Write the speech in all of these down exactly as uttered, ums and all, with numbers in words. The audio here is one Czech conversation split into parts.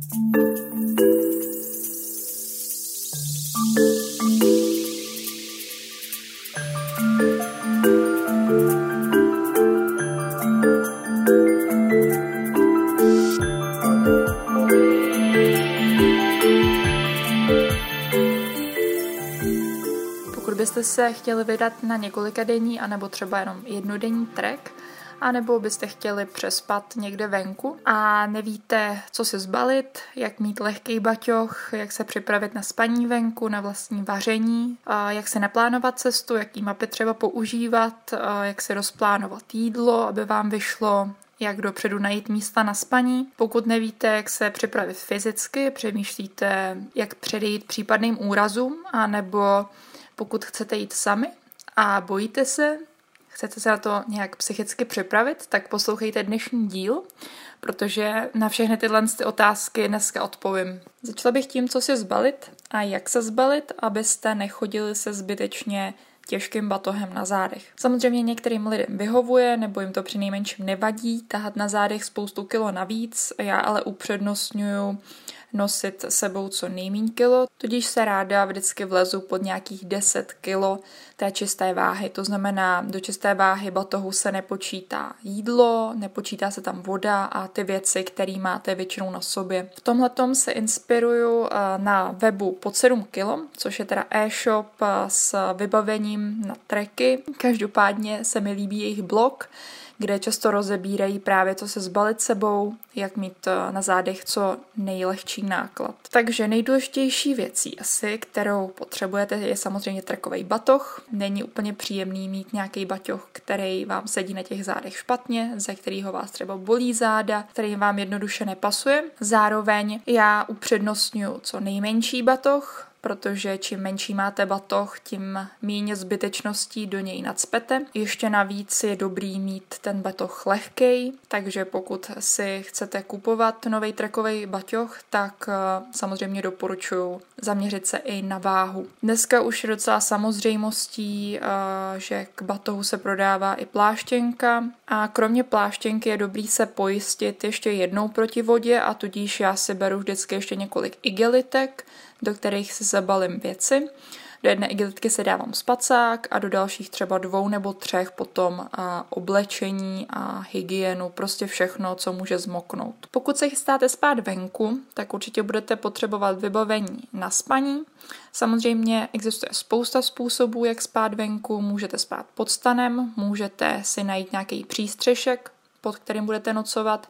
Byste se chtěli vydat na několika denní anebo třeba jenom jednodenní trek, anebo byste chtěli přespat někde venku a nevíte, co si zbalit, jak mít lehký baťoh, jak se připravit na spaní venku, na vlastní vaření, jak si naplánovat cestu, jaký mapy třeba používat, jak si rozplánovat jídlo, aby vám vyšlo, jak dopředu najít místa na spaní. Pokud nevíte, jak se připravit fyzicky, přemýšlíte, jak předejít případným úrazům, anebo pokud chcete jít sami a bojíte se, chcete se na to nějak psychicky připravit, tak poslouchejte dnešní díl, protože na všechny tyhle ty otázky dneska odpovím. Začala bych tím, co si zbalit a jak se zbalit, abyste nechodili se zbytečně těžkým batohem na zádech. Samozřejmě některým lidem vyhovuje, nebo jim to přinejmenším nevadí tahat na zádech spoustu kilo navíc, já ale upřednostňuju nosit sebou co nejméně kilo, tudíž se ráda vždycky vlezu pod nějakých deset kilo té čisté váhy. To znamená, do čisté váhy batohu se nepočítá jídlo, nepočítá se tam voda a ty věci, které máte většinou na sobě. V tomhletom se inspiruju na webu pod sedm kilo, což je teda e-shop s vybavením na treky. Každopádně se mi líbí jejich blog, kde často rozebírají právě, co se zbalit sebou, jak mít na zádech co nejlehčí náklad. Takže nejdůležitější věcí asi, kterou potřebujete, je samozřejmě trekový batoh. Není úplně příjemný mít nějaký batoh, který vám sedí na těch zádech špatně, ze kterého vás třeba bolí záda, který vám jednoduše nepasuje. Zároveň já upřednostňuji co nejmenší batoh, protože čím menší máte batoh, tím méně zbytečností do něj nacpete. Ještě navíc je dobrý mít ten batoh lehkej, takže pokud si chcete kupovat nový trekový batoh, tak samozřejmě doporučuji zaměřit se i na váhu. Dneska už je docela samozřejmostí, že k batohu se prodává i pláštěnka a kromě pláštěnky je dobrý se pojistit ještě jednou proti vodě a tudíž já si beru vždycky ještě několik igelitek, do kterých si zabalím věci. Do jedné igelitky se dávám spacák a do dalších třeba dvou nebo třech potom a oblečení a hygienu, prostě všechno, co může zmoknout. Pokud se chystáte spát venku, tak určitě budete potřebovat vybavení na spaní. Samozřejmě existuje spousta způsobů, jak spát venku. Můžete spát pod stanem, můžete si najít nějaký přístřešek, pod kterým budete nocovat.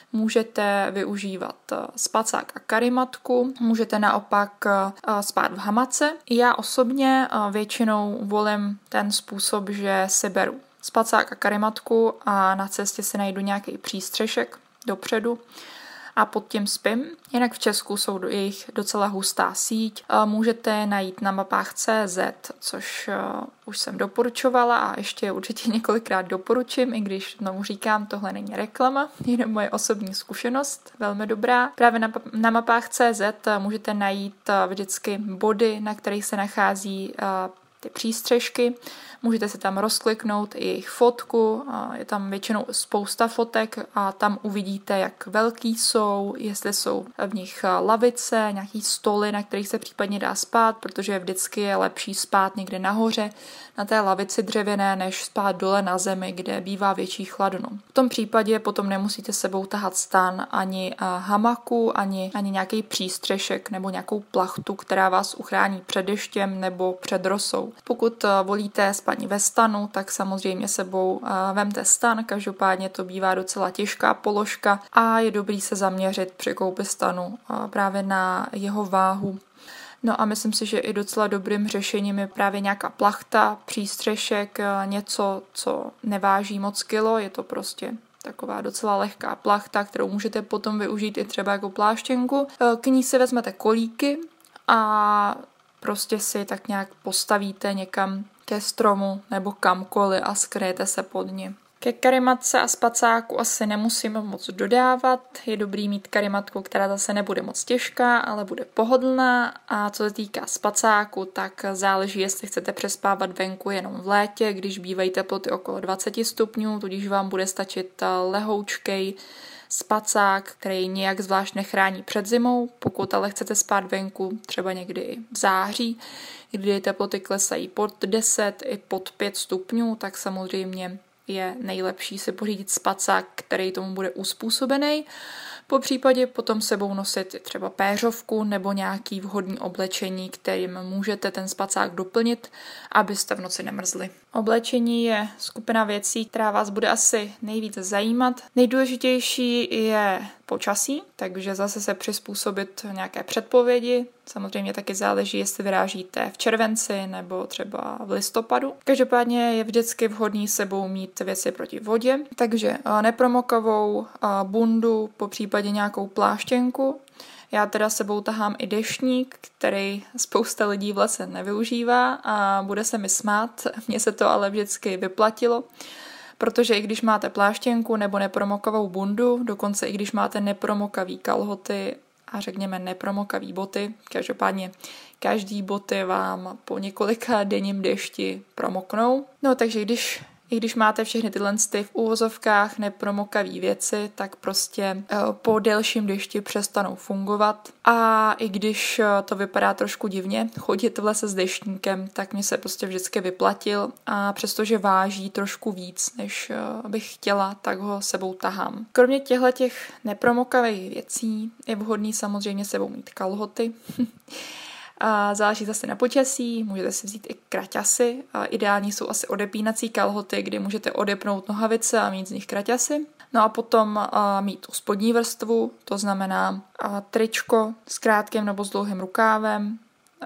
Můžete využívat spacák a karimatku, můžete naopak spát v hamace. Já osobně většinou volím ten způsob, že si beru spacák a karimatku a na cestě si najdu nějaký přístřešek dopředu a pod tím spím. Jinak v Česku jsou jejich docela hustá síť. Můžete najít na mapách tečka cé zet, což už jsem doporučovala a ještě určitě několikrát doporučím, i když znovu říkám, tohle není reklama, jenom moje osobní zkušenost, velmi dobrá. Právě na, na mapách tečka cé zet můžete najít vždycky body, na kterých se nachází ty přístřešky. Můžete se tam rozkliknout i jejich fotku, je tam většinou spousta fotek a tam uvidíte, jak velký jsou, jestli jsou v nich lavice, nějaký stoly, na kterých se případně dá spát, protože vždycky je lepší spát někde nahoře na té lavici dřevěné, než spát dole na zemi, kde bývá větší chladno. V tom případě potom nemusíte sebou tahat stan ani hamaku, ani, ani nějaký přístřešek nebo nějakou plachtu, která vás uchrání před deštěm nebo před rosou. Pokud volíte spaní ve stanu, tak samozřejmě sebou vemte stan, každopádně to bývá docela těžká položka a je dobrý se zaměřit při koupi stanu právě na jeho váhu. No a myslím si, že i docela dobrým řešením je právě nějaká plachta, přístřešek, něco, co neváží moc kilo, je to prostě taková docela lehká plachta, kterou můžete potom využít i třeba jako pláštěnku. K ní si vezmete kolíky a prostě si tak nějak postavíte někam ke stromu nebo kamkoliv a skryjete se pod ní. Ke karimatce a spacáku asi nemusíme moc dodávat. Je dobrý mít karimatku, která zase nebude moc těžká, ale bude pohodlná. A co se týká spacáku, tak záleží, jestli chcete přespávat venku jenom v létě, když bývají teploty okolo dvacet stupňů, tudíž vám bude stačit lehoučkej spacák, který nějak zvlášť nechrání před zimou. Pokud ale chcete spát venku, třeba někdy i v září, kdy teploty klesají pod deset i pod pět stupňů, tak samozřejmě je nejlepší si pořídit spacák, který tomu bude uspůsobený. Po případě potom sebou nosit třeba péřovku nebo nějaký vhodný oblečení, kterým můžete ten spacák doplnit, abyste v noci nemrzli. Oblečení je skupina věcí, která vás bude asi nejvíc zajímat. Nejdůležitější je počasí, takže zase se přizpůsobit nějaké předpovědi. Samozřejmě taky záleží, jestli vyrážíte v červenci nebo třeba v listopadu. Každopádně je vždycky vhodný sebou mít věci proti vodě, takže nepromokavou bundu, po případě nějakou pláštěnku. Já teda sebou tahám i deštník, který spousta lidí v lese nevyužívá a bude se mi smát. Mně se to ale vždycky vyplatilo, protože i když máte pláštěnku nebo nepromokavou bundu, dokonce i když máte nepromokavý kalhoty a řekněme nepromokavý boty, každopádně každý boty vám po několika denním dešti promoknou. No takže když I když máte všechny tyhle ty v úvozovkách nepromokavé věci, tak prostě po delším dešti přestanou fungovat. A i když to vypadá trošku divně, chodit v lese s deštníkem, tak mě se prostě vždycky vyplatil a přestože váží trošku víc, než bych chtěla, tak ho sebou tahám. Kromě těchto těch nepromokavých věcí je vhodný samozřejmě sebou mít kalhoty. A záleží zase na počasí, můžete si vzít i kraťasy. A ideální jsou asi odepínací kalhoty, kdy můžete odepnout nohavice a mít z nich kraťasy. No a potom a, mít tu spodní vrstvu, to znamená a, tričko s krátkým nebo s dlouhým rukávem,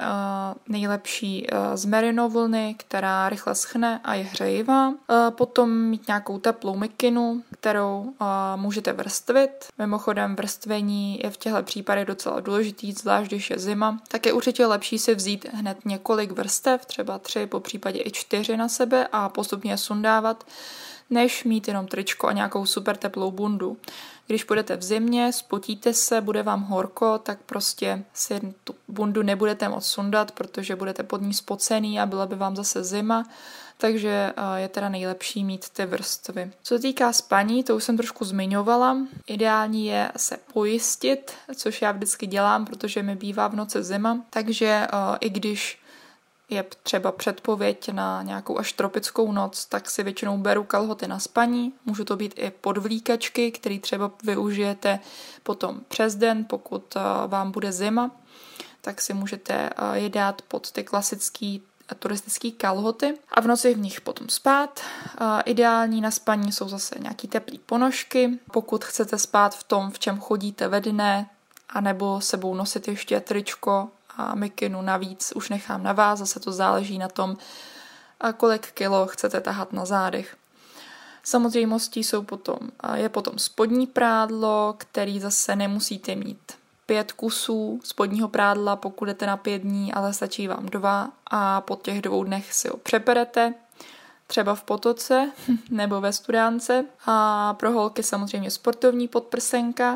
a, nejlepší a, z merino vlny, která rychle schne a je hřejivá. A, potom mít nějakou teplou mikinu, kterou a, můžete vrstvit. Mimochodem vrstvení je v těchto případech docela důležitý, zvlášť když je zima. Tak je určitě lepší si vzít hned několik vrstev, třeba tři, po případě i čtyři na sebe a postupně sundávat, než mít jenom tričko a nějakou super teplou bundu. Když budete v zimě, spotíte se, bude vám horko, tak prostě si tu bundu nebudete moct sundat, protože budete pod ní spocený a byla by vám zase zima, takže je teda nejlepší mít ty vrstvy. Co se týká spaní, to už jsem trošku zmiňovala. Ideální je se pojistit, což já vždycky dělám, protože mi bývá v noci zima, takže i když je třeba předpověď na nějakou až tropickou noc, tak si většinou beru kalhoty na spaní. Můžu to být i podvlíkačky, které třeba využijete potom přes den, pokud vám bude zima, tak si můžete je dát pod ty klasické turistické kalhoty a v noci v nich potom spát. Ideální na spaní jsou zase nějaký teplý ponožky. Pokud chcete spát v tom, v čem chodíte ve dne, anebo sebou nosit ještě tričko a mikinu navíc, už nechám na vás, zase to záleží na tom, kolik kilo chcete tahat na zádech. Samozřejmostí jsou potom, je potom spodní prádlo, který zase nemusíte mít pět kusů spodního prádla, pokud jdete na pět dní, ale stačí vám dva a po těch dvou dnech si ho přeperete, třeba v potoce nebo ve studánce. A pro holky samozřejmě sportovní podprsenka.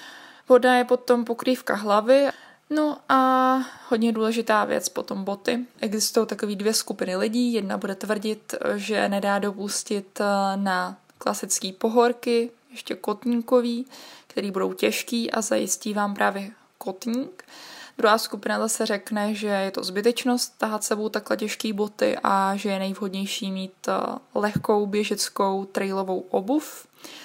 Voda je potom pokrývka hlavy. No a hodně důležitá věc, potom boty. Existují takové dvě skupiny lidí. Jedna bude tvrdit, že nedá dopustit na klasické pohorky, ještě kotníkový, který budou těžký a zajistí vám právě kotník. Druhá skupina zase řekne, že je to zbytečnost tahat sebou takhle těžké boty a že je nejvhodnější mít lehkou běžeckou trailovou obuv.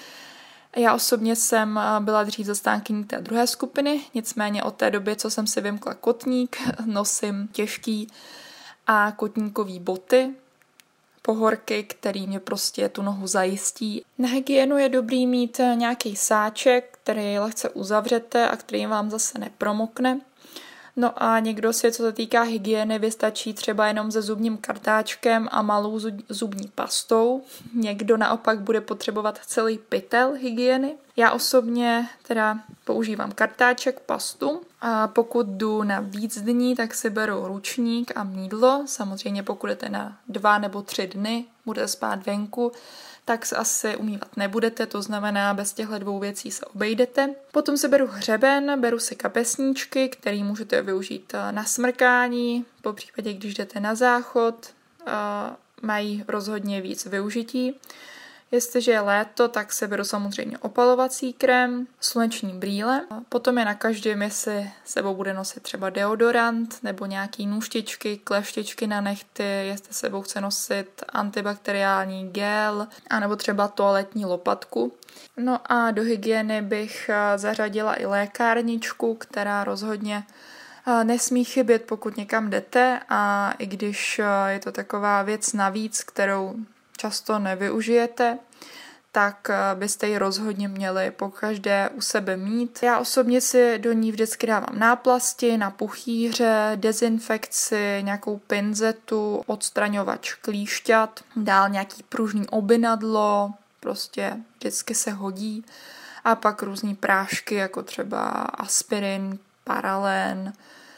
Já osobně jsem byla dřív zastánkyní té druhé skupiny, nicméně od té doby, co jsem si vymkla kotník, nosím těžký a kotníkový boty, pohorky, který mě prostě tu nohu zajistí. Na hygienu je dobrý mít nějaký sáček, který lehce uzavřete a který vám zase nepromokne. No a někdo si, co se týká hygieny, vystačí třeba jenom se zubním kartáčkem a malou zubní pastou. Někdo naopak bude potřebovat celý pytel hygieny. Já osobně teda používám kartáček, pastu. A pokud jdu na víc dní, tak si beru ručník a mýdlo. Samozřejmě pokud jdete na dva nebo tři dny, budete spát venku, tak se asi umývat nebudete, to znamená, bez těchto dvou věcí se obejdete. Potom si beru hřeben, beru si kapesníčky, který můžete využít na smrkání, po případě, když jdete na záchod, mají rozhodně víc využití. Jestliže je léto, tak se beru samozřejmě opalovací krém, sluneční brýle. Potom je na každém, jestli sebou bude nosit třeba deodorant nebo nějaký nůžtičky, kleštičky na nehty, jestli sebou chce nosit antibakteriální gel anebo třeba toaletní lopatku. No a do hygieny bych zařadila i lékárničku, která rozhodně nesmí chybět, pokud někam jdete, a i když je to taková věc navíc, kterou často nevyužijete, tak byste ji rozhodně měli pokaždé u sebe mít. Já osobně si do ní vždycky dávám náplasti, na puchýře, dezinfekci, nějakou pinzetu, odstraňovač klíšťat, dál nějaký pružný obynadlo, prostě vždycky se hodí. A pak různý prášky, jako třeba aspirin, paralen,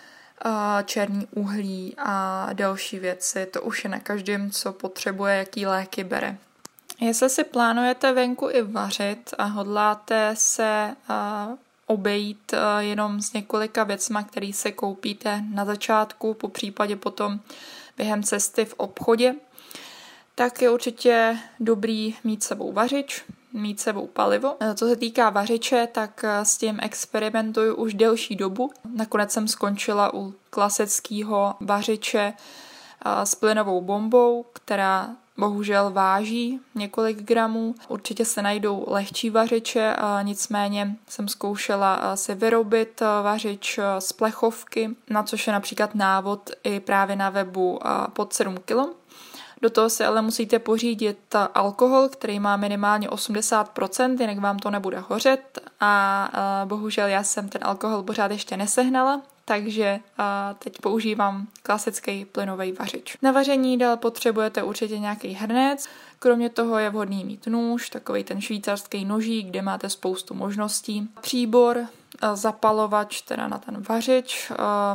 černý uhlí a další věci. To už je na každém, co potřebuje, jaký léky bere. Jestli si plánujete venku i vařit a hodláte se obejít jenom s několika věcma, které se koupíte na začátku, po případě potom během cesty v obchodě, tak je určitě dobrý mít sebou vařič, mít sebou palivo. Co se týká vařiče, tak s tím experimentuju už delší dobu. Nakonec jsem skončila u klasického vařiče s plynovou bombou, která bohužel váží několik gramů. Určitě se najdou lehčí vařiče, nicméně jsem zkoušela si vyrobit vařič z plechovky, na což je například návod i právě na webu pod sedm kilo. Do toho si ale musíte pořídit alkohol, který má minimálně osmdesát procent, jinak vám to nebude hořet a bohužel já jsem ten alkohol pořád ještě nesehnala, takže teď používám klasický plynový vařič. Na vaření jídel potřebujete určitě nějaký hrnec, kromě toho je vhodný mít nůž, takovej ten švýcarský nožík, kde máte spoustu možností. Příbor, zapalovač teda na ten vařič,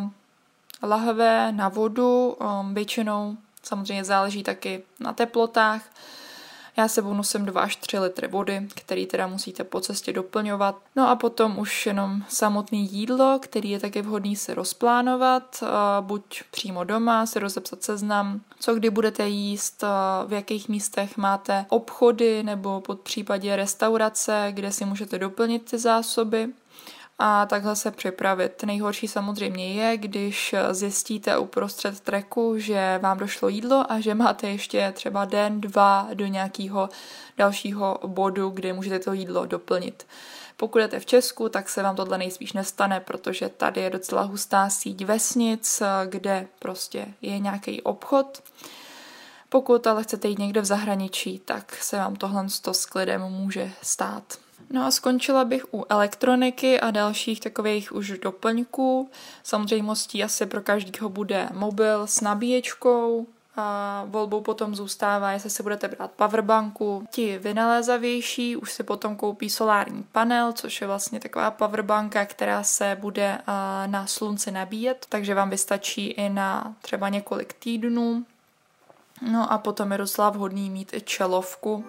lahve na vodu, většinou samozřejmě záleží taky na teplotách. Já sebou nosím dva až tři litry vody, který teda musíte po cestě doplňovat. No a potom už jenom samotné jídlo, který je taky vhodný si rozplánovat, buď přímo doma, si rozepsat seznam, co kdy budete jíst, v jakých místech máte obchody nebo pod případě restaurace, kde si můžete doplnit ty zásoby. A takhle se připravit. Nejhorší samozřejmě je, když zjistíte uprostřed treku, že vám došlo jídlo a že máte ještě třeba den, dva do nějakého dalšího bodu, kde můžete to jídlo doplnit. Pokud jdete v Česku, tak se vám tohle nejspíš nestane, protože tady je docela hustá síť vesnic, kde prostě je nějaký obchod. Pokud ale chcete jít někde v zahraničí, tak se vám tohle s klidem může stát. No a skončila bych u elektroniky a dalších takových už doplňků. Samozřejmostí asi pro každého bude mobil s nabíječkou. A volbou potom zůstává, jestli si budete brát powerbanku. Ti vynalézavější už si potom koupí solární panel, což je vlastně taková powerbanka, která se bude na slunci nabíjet, takže vám vystačí i na třeba několik týdnů. No a potom je docela vhodný mít i čelovku.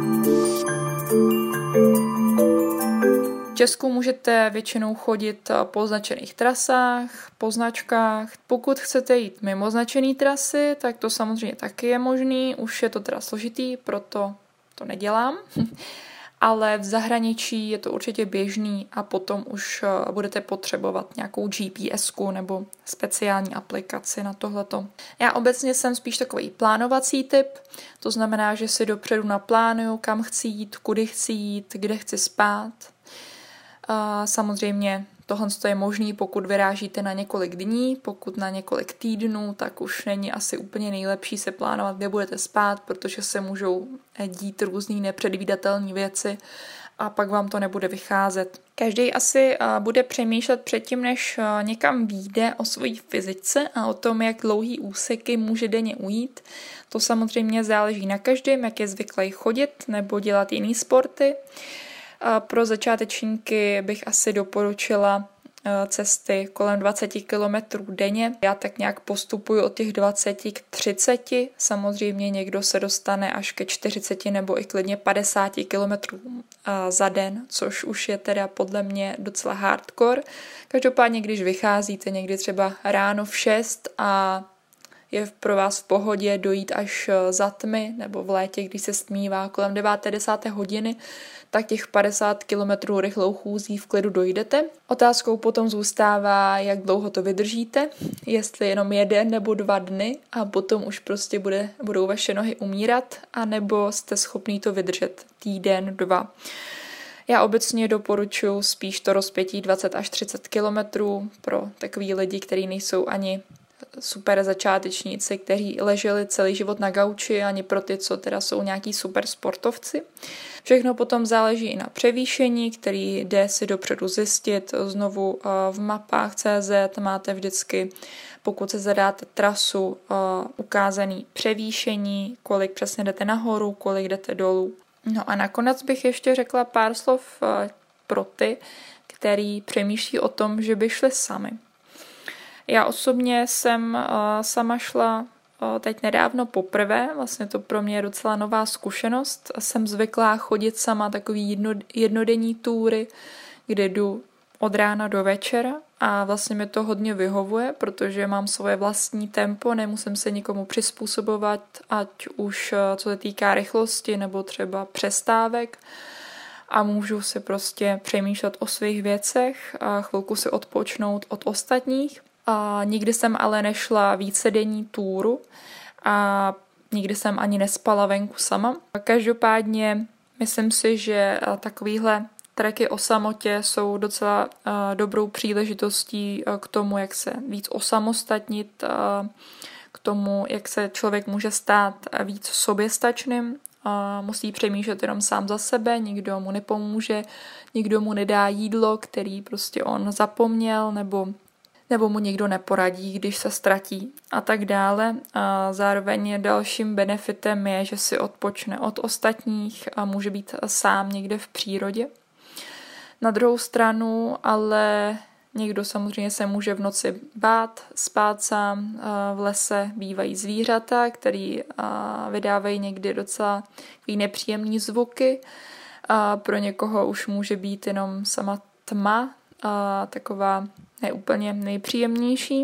V Česku můžete většinou chodit po značených trasách, po značkách. Pokud chcete jít mimo značené trasy, tak to samozřejmě taky je možný. Už je to teda složitý, proto to nedělám. Ale v zahraničí je to určitě běžný a potom už budete potřebovat nějakou G P S ku nebo speciální aplikaci na tohleto. Já obecně jsem spíš takový plánovací typ, to znamená, že si dopředu naplánuju, kam chci jít, kudy chci jít, kde chci spát. A samozřejmě tohle je možný, pokud vyrážíte na několik dní, pokud na několik týdnů, tak už není asi úplně nejlepší se plánovat, kde budete spát, protože se můžou dít různý nepředvídatelné věci a pak vám to nebude vycházet. Každý asi bude přemýšlet předtím, než někam vyjde, o své fyzice a o tom, jak dlouhý úseky může denně ujít. To samozřejmě záleží na každém, jak je zvyklý chodit nebo dělat jiný sporty. Pro začátečníky bych asi doporučila cesty kolem dvacet kilometrů denně. Já tak nějak postupuji od těch dvaceti k třiceti. Samozřejmě někdo se dostane až ke čtyřiceti nebo i klidně padesáti kilometrům za den, což už je teda podle mě docela hardcore. Každopádně, když vycházíte někdy třeba ráno v šest a je pro vás v pohodě dojít až za tmy, nebo v létě, když se stmívá kolem deváté desáté hodiny, tak těch padesát kilometrů rychlou chůzí v klidu dojdete. Otázkou potom zůstává, jak dlouho to vydržíte, jestli jenom jeden nebo dva dny a potom už prostě bude, budou vaše nohy umírat, anebo jste schopný to vydržet týden, dva. Já obecně doporučuji spíš to rozpětí dvacet až třicet kilometrů pro takový lidi, kteří nejsou ani super začátečníci, kteří leželi celý život na gauči, ani pro ty, co teda jsou nějaký super sportovci. Všechno potom záleží i na převýšení, který jde si dopředu zjistit. Znovu v mapách tečka cé zet máte vždycky, pokud se zadáte trasu, ukázaný převýšení, kolik přesně jdete nahoru, kolik jdete dolů. No a nakonec bych ještě řekla pár slov pro ty, který přemýšlí o tom, že by šli sami. Já osobně jsem uh, sama šla uh, teď nedávno poprvé, vlastně to pro mě je docela nová zkušenost. Jsem zvyklá chodit sama takový jedno, jednodenní túry, kde jdu od rána do večera a vlastně mi to hodně vyhovuje, protože mám svoje vlastní tempo, nemusím se nikomu přizpůsobovat, ať už uh, co se týká rychlosti nebo třeba přestávek. A můžu si prostě přemýšlet o svých věcech a chvilku si odpočnout od ostatních. A nikdy jsem ale nešla vícedenní túru a nikdy jsem ani nespala venku sama. Každopádně myslím si, že takovýhle treky o samotě jsou docela dobrou příležitostí k tomu, jak se víc osamostatnit, k tomu, jak se člověk může stát víc soběstačným. Musí přemýšlet jenom sám za sebe, nikdo mu nepomůže, nikdo mu nedá jídlo, který prostě on zapomněl, nebo nebo mu někdo neporadí, když se ztratí a tak dále. A zároveň dalším benefitem je, že si odpočne od ostatních a může být sám někde v přírodě. Na druhou stranu ale někdo samozřejmě se může v noci bát, spát sám. V lese bývají zvířata, který vydávají někdy docela nepříjemné zvuky. A pro někoho už může být jenom sama tma, a taková neúplně nejpříjemnější.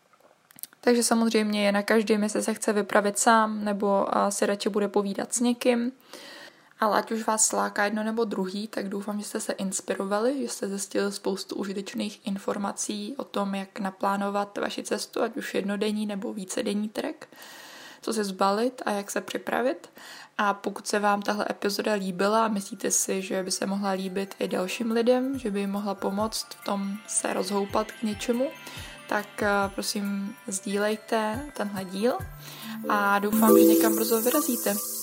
Takže samozřejmě je na každém, jestli se chce vypravit sám nebo si radši bude povídat s někým. Ale ať už vás láká jedno nebo druhý, tak doufám, že jste se inspirovali, že jste zjistili spoustu užitečných informací o tom, jak naplánovat vaši cestu, ať už jednodenní nebo vícedenní trek, co se zbalit a jak se připravit. A pokud se vám tahle epizoda líbila a myslíte si, že by se mohla líbit i dalším lidem, že by jim mohla pomoct v tom se rozhoupat k něčemu, tak prosím sdílejte tenhle díl a doufám, že někam brzo vyrazíte.